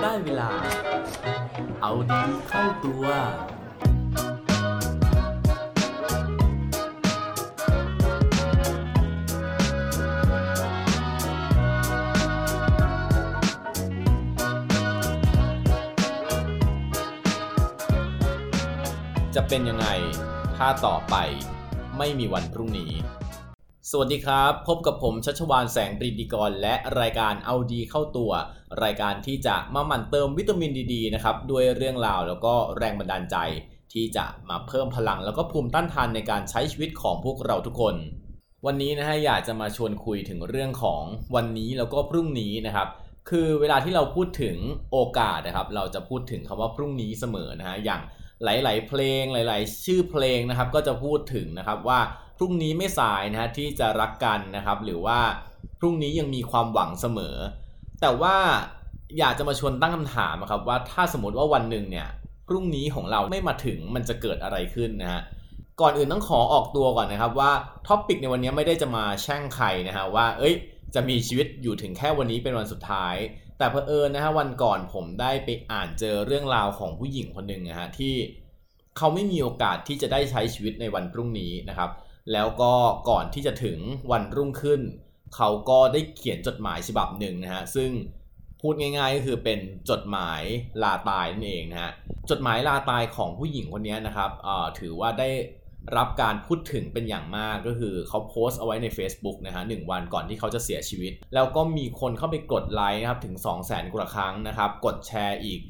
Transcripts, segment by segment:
ได้เวลาเอาดีเข้าตัวจะเป็นยังไงถ้าต่อไปไม่มีวันพรุ่งนี้สวัสดีครับพบกับผมชัชวาลแสงปรีดีกรและรายการเอาดีเข้าตัวรายการที่จะมาหมั่นเติมวิตามินดีๆนะครับด้วยเรื่องราวแล้วก็แรงบันดาลใจที่จะมาเพิ่มพลังแล้วก็ภูมิต้านทานในการใช้ชีวิตของพวกเราทุกคนวันนี้นะฮะอยากจะมาชวนคุยถึงเรื่องของวันนี้แล้วก็พรุ่งนี้นะครับคือเวลาที่เราพูดถึงโอกาสนะครับเราจะพูดถึงคำว่าพรุ่งนี้เสมอนะฮะอย่างหลายๆเพลงหลายๆชื่อเพลงนะครับก็จะพูดถึงนะครับว่าพรุ่งนี้ไม่สายนะฮะที่จะรักกันนะครับหรือว่าพรุ่งนี้ยังมีความหวังเสมอแต่ว่าอยากจะมาชวนตั้งคำถามครับว่าถ้าสมมติว่าวันหนึ่งเนี่ยพรุ่งนี้ของเราไม่มาถึงมันจะเกิดอะไรขึ้นนะฮะก่อนอื่นต้องขอออกตัวก่อนนะครับว่าท็อปิกในวันนี้ไม่ได้จะมาแช่งใครนะฮะว่าจะมีชีวิตอยู่ถึงแค่วันนี้เป็นวันสุดท้ายแต่เผอิญนะฮะวันก่อนผมได้ไปอ่านเจอเรื่องราวของผู้หญิงคนหนึ่งนะฮะที่เขาไม่มีโอกาสที่จะได้ใช้ชีวิตในวันพรุ่งนี้นะครับแล้วก็ก่อนที่จะถึงวันรุ่งขึ้นเขาก็ได้เขียนจดหมายฉบับหนึ่งนะฮะซึ่งพูดง่ายๆก็คือเป็นจดหมายลาตายนั่นเองนะฮะจดหมายลาตายของผู้หญิงคนนี้นะครับถือว่าได้รับการพูดถึงเป็นอย่างมากก็คือเขาโพสต์เอาไว้ใน Facebook นะฮะ1วันก่อนที่เขาจะเสียชีวิตแล้วก็มีคนเข้าไปกดไลค์นะครับถึง 200,000 กว่าครั้งนะครับกดแชร์อีก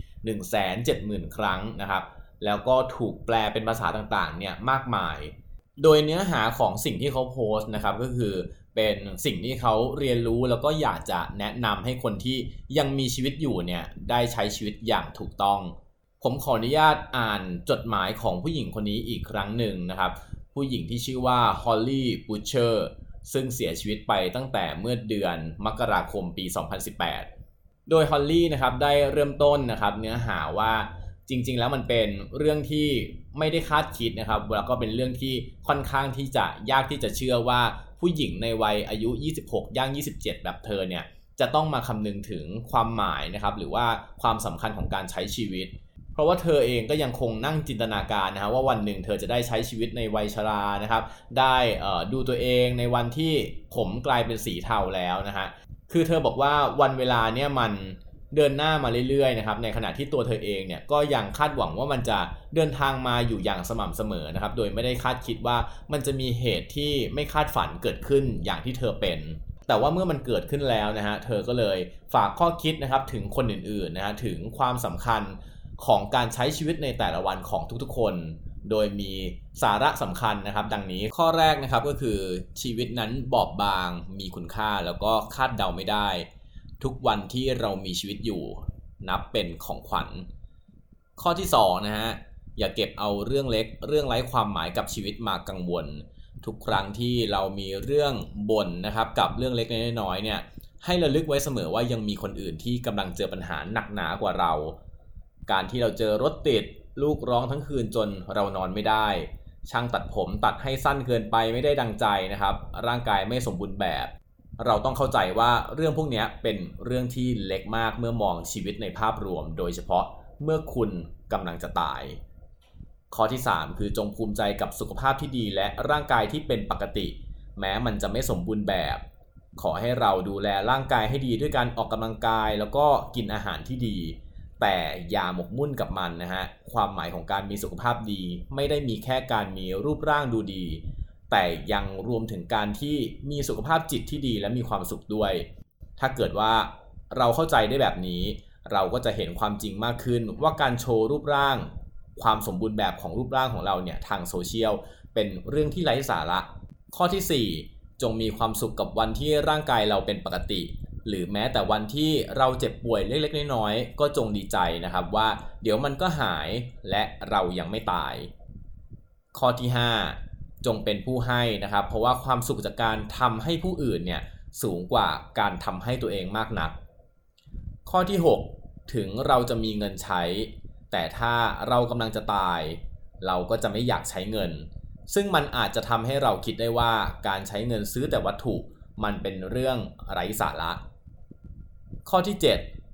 170,000 ครั้งนะครับแล้วก็ถูกแปลเป็นภาษาต่างๆเนี่ยมากมายโดยเนื้อหาของสิ่งที่เขาโพสต์นะครับก็คือเป็นสิ่งที่เขาเรียนรู้แล้วก็อยากจะแนะนำให้คนที่ยังมีชีวิตอยู่เนี่ยได้ใช้ชีวิตอย่างถูกต้องผมขออนุญาตอ่านจดหมายของผู้หญิงคนนี้อีกครั้งหนึ่งนะครับผู้หญิงที่ชื่อว่าฮอลลี่บูชเชอร์ซึ่งเสียชีวิตไปตั้งแต่เมื่อเดือนมกราคมปี 2018 โดยฮอลลี่นะครับได้เริ่มต้นนะครับเนื้อหาว่าจริงๆแล้วมันเป็นเรื่องที่ไม่ได้คาดคิดนะครับแล้วก็เป็นเรื่องที่ค่อนข้างที่จะยากที่จะเชื่อว่าผู้หญิงในวัยอายุ26ย่าง27แบบเธอเนี่ยจะต้องมาคำนึงถึงความหมายนะครับหรือว่าความสำคัญของการใช้ชีวิตเพราะว่าเธอเองก็ยังคงนั่งจินตนาการนะฮะว่าวันหนึ่งเธอจะได้ใช้ชีวิตในวัยชรานะครับได้ดูตัวเองในวันที่ผมกลายเป็นสีเทาแล้วนะฮะคือเธอบอกว่าวันเวลาเนี่ยมันเดินหน้ามาเรื่อยๆนะครับในขณะที่ตัวเธอเองเนี่ยก็ยังคาดหวังว่ามันจะเดินทางมาอยู่อย่างสม่ำเสมอนะครับโดยไม่ได้คาดคิดว่ามันจะมีเหตุที่ไม่คาดฝันเกิดขึ้นอย่างที่เธอเป็นแต่ว่าเมื่อมันเกิดขึ้นแล้วนะฮะเธอก็เลยฝากข้อคิดนะครับถึงคนอื่นๆนะฮะถึงความสำคัญของการใช้ชีวิตในแต่ละวันของทุกๆคนโดยมีสาระสำคัญนะครับดังนี้ข้อแรกนะครับก็คือชีวิตนั้นบอบบางมีคุณค่าแล้วก็คาดเดาไม่ได้ทุกวันที่เรามีชีวิตอยู่นับเป็นของขวัญข้อที่2นะฮะอย่าเก็บเอาเรื่องเล็กเรื่องไร้ความหมายกับชีวิตมากังวลทุกครั้งที่เรามีเรื่องบ่นนะครับกับเรื่องเล็กน้อยๆเนี่ยให้ระลึกไว้เสมอว่ายังมีคนอื่นที่กำลังเจอปัญหาหนักหนากว่าเราการที่เราเจอรถติดลูกร้องทั้งคืนจนเรานอนไม่ได้ช่างตัดผมตัดให้สั้นเกินไปไม่ได้ดังใจนะครับร่างกายไม่สมบูรณ์แบบเราต้องเข้าใจว่าเรื่องพวกนี้เป็นเรื่องที่เล็กมากเมื่อมองชีวิตในภาพรวมโดยเฉพาะเมื่อคุณกำลังจะตายข้อที่3คือจงภูมิใจกับสุขภาพที่ดีและร่างกายที่เป็นปกติแม้มันจะไม่สมบูรณ์แบบขอให้เราดูแลร่างกายให้ดีด้วยการออกกำลังกายแล้วก็กินอาหารที่ดีแต่อย่าหมกมุ่นกับมันนะฮะความหมายของการมีสุขภาพดีไม่ได้มีแค่การมีรูปร่างดูดีแต่ยังรวมถึงการที่มีสุขภาพจิตที่ดีและมีความสุขด้วยถ้าเกิดว่าเราเข้าใจได้แบบนี้เราก็จะเห็นความจริงมากขึ้นว่าการโชว์รูปร่างความสมบูรณ์แบบของรูปร่างของเราเนี่ยทางโซเชียลเป็นเรื่องที่ไร้สาระข้อที่4จงมีความสุขกับวันที่ร่างกายเราเป็นปกติหรือแม้แต่วันที่เราเจ็บป่วยเล็กๆน้อยๆก็จงดีใจนะครับว่าเดี๋ยวมันก็หายและเรายังไม่ตายข้อที่5จงเป็นผู้ให้นะครับเพราะว่าความสุขจากการทำให้ผู้อื่นเนี่ยสูงกว่าการทำให้ตัวเองมากนักข้อที่6ถึงเราจะมีเงินใช้แต่ถ้าเรากำลังจะตายเราก็จะไม่อยากใช้เงินซึ่งมันอาจจะทำให้เราคิดได้ว่าการใช้เงินซื้อแต่วัตถุมันเป็นเรื่องไร้สาระข้อที่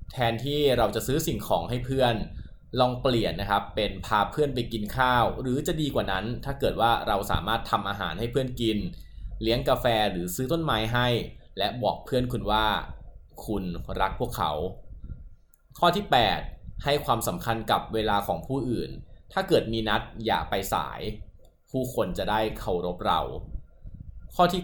แทนที่เราจะซื้อสิ่งของให้เพื่อนลองเปลี่ยนนะครับเป็นพาเพื่อนไปกินข้าวหรือจะดีกว่านั้นถ้าเกิดว่าเราสามารถทำอาหารให้เพื่อนกินเลี้ยงกาแฟหรือซื้อต้นไม้ให้และบอกเพื่อนคุณว่าคุณรักพวกเขาข้อที่8ให้ความสำคัญกับเวลาของผู้อื่นถ้าเกิดมีนัดอย่าไปสายผู้คนจะได้เคารพเราข้อที่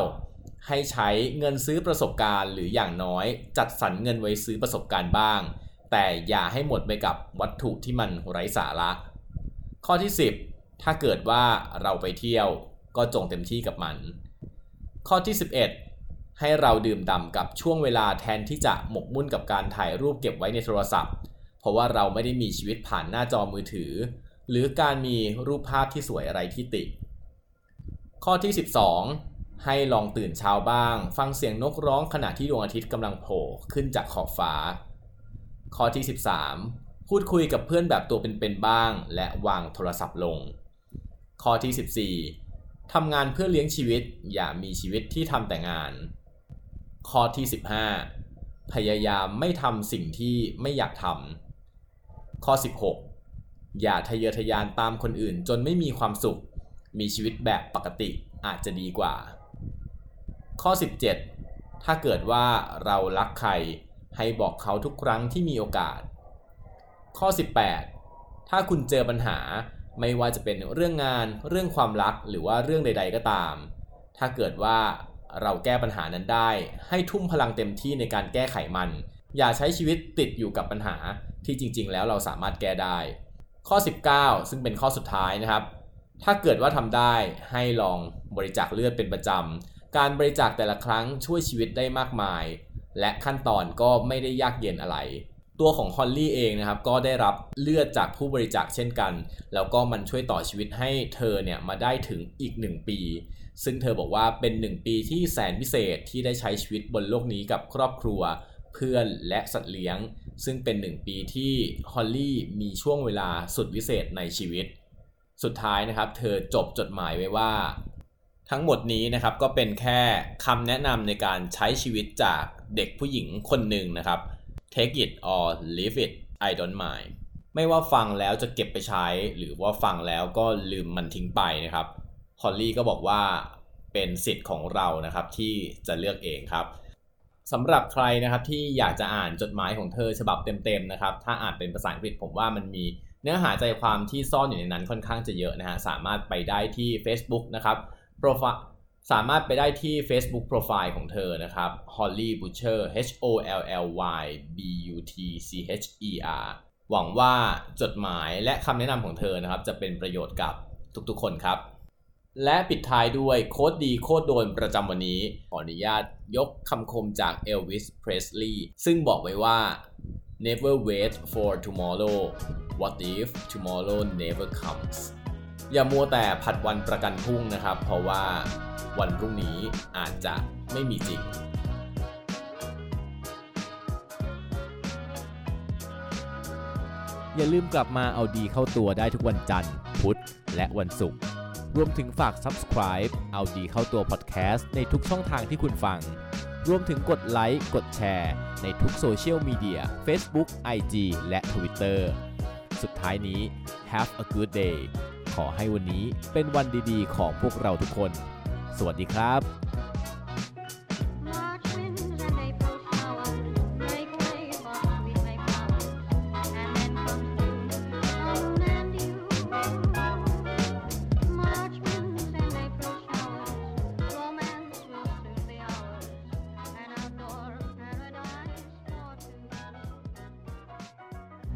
9ให้ใช้เงินซื้อประสบการณ์หรืออย่างน้อยจัดสรรเงินไว้ซื้อประสบการณ์บ้างแต่อย่าให้หมดไปกับวัตถุที่มันไร้สาระข้อที่10ถ้าเกิดว่าเราไปเที่ยวก็จงเต็มที่กับมันข้อที่11ให้เราดื่มด่ำกับช่วงเวลาแทนที่จะหมกมุ่นกับการถ่ายรูปเก็บไว้ในโทรศัพท์เพราะว่าเราไม่ได้มีชีวิตผ่านหน้าจอมือถือหรือการมีรูปภาพที่สวยอะไรที่ติดข้อที่12ให้ลองตื่นเช้าบ้างฟังเสียงนกร้องขณะที่ดวงอาทิตย์กำลังโผล่ขึ้นจากขอบฟ้าข้อที่13พูดคุยกับเพื่อนแบบตัวเป็นๆบ้างและวางโทรศัพท์ลงข้อที่14ทำงานเพื่อเลี้ยงชีวิตอย่ามีชีวิตที่ทำแต่งานข้อที่15พยายามไม่ทำสิ่งที่ไม่อยากทำข้อ16อย่าทะเยอทะยานตามคนอื่นจนไม่มีความสุขมีชีวิตแบบปกติอาจจะดีกว่าข้อ17ถ้าเกิดว่าเรารักใครให้บอกเขาทุกครั้งที่มีโอกาสข้อ18ถ้าคุณเจอปัญหาไม่ว่าจะเป็นเรื่องงานเรื่องความรักหรือว่าเรื่องใดๆก็ตามถ้าเกิดว่าเราแก้ปัญหานั้นได้ให้ทุ่มพลังเต็มที่ในการแก้ไขมันอย่าใช้ชีวิตติดอยู่กับปัญหาที่จริงๆแล้วเราสามารถแก้ได้ข้อ19ซึ่งเป็นข้อสุดท้ายนะครับถ้าเกิดว่าทำได้ให้ลองบริจาคเลือดเป็นประจำการบริจาคแต่ละครั้งช่วยชีวิตได้มากมายและขั้นตอนก็ไม่ได้ยากเย็นอะไรตัวของฮอลลี่เองนะครับก็ได้รับเลือดจากผู้บริจาคเช่นกันแล้วก็มันช่วยต่อชีวิตให้เธอเนี่ยมาได้ถึงอีก1ปีซึ่งเธอบอกว่าเป็น1ปีที่แสนพิเศษที่ได้ใช้ชีวิตบนโลกนี้กับครอบครัวเพื่อนและสัตว์เลี้ยงซึ่งเป็น1ปีที่ฮอลลี่มีช่วงเวลาสุดวิเศษในชีวิตสุดท้ายนะครับเธอจบจดหมายไว้ว่าทั้งหมดนี้นะครับก็เป็นแค่คำแนะนำในการใช้ชีวิตจากเด็กผู้หญิงคนหนึ่งนะครับ Take it or leave it I don't mind ไม่ว่าฟังแล้วจะเก็บไปใช้หรือว่าฟังแล้วก็ลืมมันทิ้งไปนะครับฮอลลี่ก็บอกว่าเป็นสิทธิ์ของเรานะครับที่จะเลือกเองครับสำหรับใครนะครับที่อยากจะอ่านจดหมายของเธอฉบับเต็มๆนะครับถ้าอ่านเป็นภาษาอังกฤษผมว่ามันมีเนื้อหาใจความที่ซ่อนอยู่ในนั้นค่อนข้างจะเยอะนะฮะสามารถไปได้ที่ Facebook นะครับสามารถไปได้ที่ Facebook Profile ของเธอนะครับ Holly Butcher HOLLYBUTCHER หวังว่าจดหมายและคำแนะนำของเธอนะครับจะเป็นประโยชน์กับทุกๆคนครับและปิดท้ายด้วยโค้ดดีโค้ดโดนประจำวันนี้ขออนุญาตยกคำคมจาก Elvis Presley ซึ่งบอกไว้ว่า Never wait for tomorrow What if tomorrow never comes อย่ามัวแต่ผัดวันประกันพรุ่งนะครับเพราะว่าวันพรุ่งนี้อาจจะไม่มีจริงอย่าลืมกลับมาเอาดีเข้าตัวได้ทุกวันจันทร์พุธและวันศุกร์รวมถึงฝาก Subscribe เอาดีเข้าตัว Podcast ในทุกช่องทางที่คุณฟังรวมถึงกดไลค์กดแชร์ในทุกโซเชียลมีเดีย Facebook IG และ Twitter สุดท้ายนี้ Have a good day ขอให้วันนี้เป็นวันดีๆของพวกเราทุกคนสวัสดีครับ